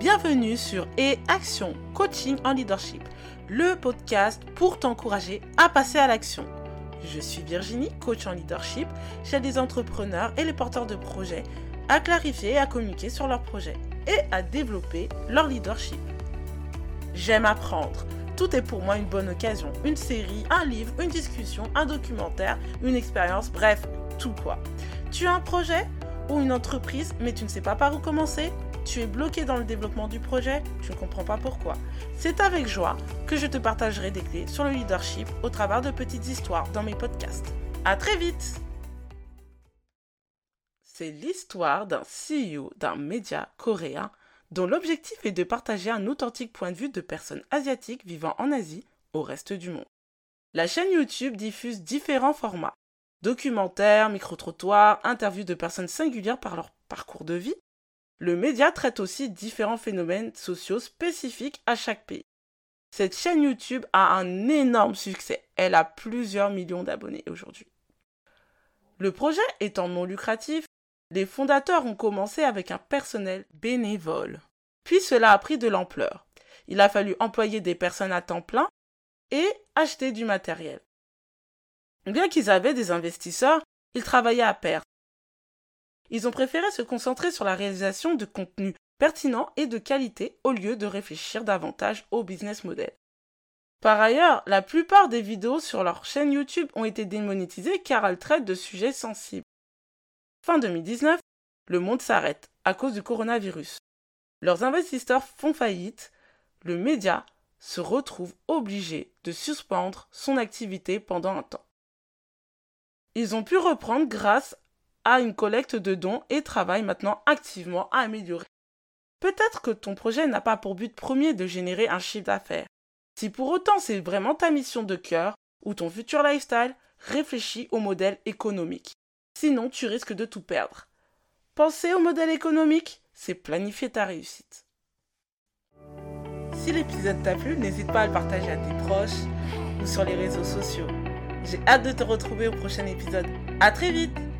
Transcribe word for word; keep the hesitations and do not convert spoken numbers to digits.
Bienvenue sur Et Action Coaching en Leadership, le podcast pour t'encourager à passer à l'action. Je suis Virginie, coach en leadership. J'aide les entrepreneurs et les porteurs de projets à clarifier et à communiquer sur leurs projets et à développer leur leadership. J'aime apprendre. Tout est pour moi une bonne occasion. Une série, un livre, une discussion, un documentaire, une expérience, bref, tout quoi. Tu as un projet ou une entreprise, mais tu ne sais pas par où commencer ? Tu es bloqué dans le développement du projet, tu ne comprends pas pourquoi. C'est avec joie que je te partagerai des clés sur le leadership au travers de petites histoires dans mes podcasts. À très vite! C'est l'histoire d'un C E O d'un média coréen dont l'objectif est de partager un authentique point de vue de personnes asiatiques vivant en Asie au reste du monde. La chaîne YouTube diffuse différents formats, documentaires, micro-trottoirs, interviews de personnes singulières par leur parcours de vie. Le média traite aussi différents phénomènes sociaux spécifiques à chaque pays. Cette chaîne YouTube a un énorme succès. Elle a plusieurs millions d'abonnés aujourd'hui. Le projet étant non lucratif, les fondateurs ont commencé avec un personnel bénévole. Puis cela a pris de l'ampleur. Il a fallu employer des personnes à temps plein et acheter du matériel. Bien qu'ils avaient des investisseurs, ils travaillaient à perte. Ils ont préféré se concentrer sur la réalisation de contenus pertinents et de qualité au lieu de réfléchir davantage au business model. Par ailleurs, la plupart des vidéos sur leur chaîne YouTube ont été démonétisées car elles traitent de sujets sensibles. Fin deux mille dix-neuf, le monde s'arrête à cause du coronavirus. Leurs investisseurs font faillite, le média se retrouve obligé de suspendre son activité pendant un temps. Ils ont pu reprendre grâce à une collecte de dons et travaillent maintenant activement à améliorer. Peut-être que ton projet n'a pas pour but premier de générer un chiffre d'affaires. Si pour autant c'est vraiment ta mission de cœur ou ton futur lifestyle, réfléchis au modèle économique. Sinon, tu risques de tout perdre. Penser au modèle économique, c'est planifier ta réussite. Si l'épisode t'a plu, n'hésite pas à le partager à tes proches ou sur les réseaux sociaux. J'ai hâte de te retrouver au prochain épisode. À très vite!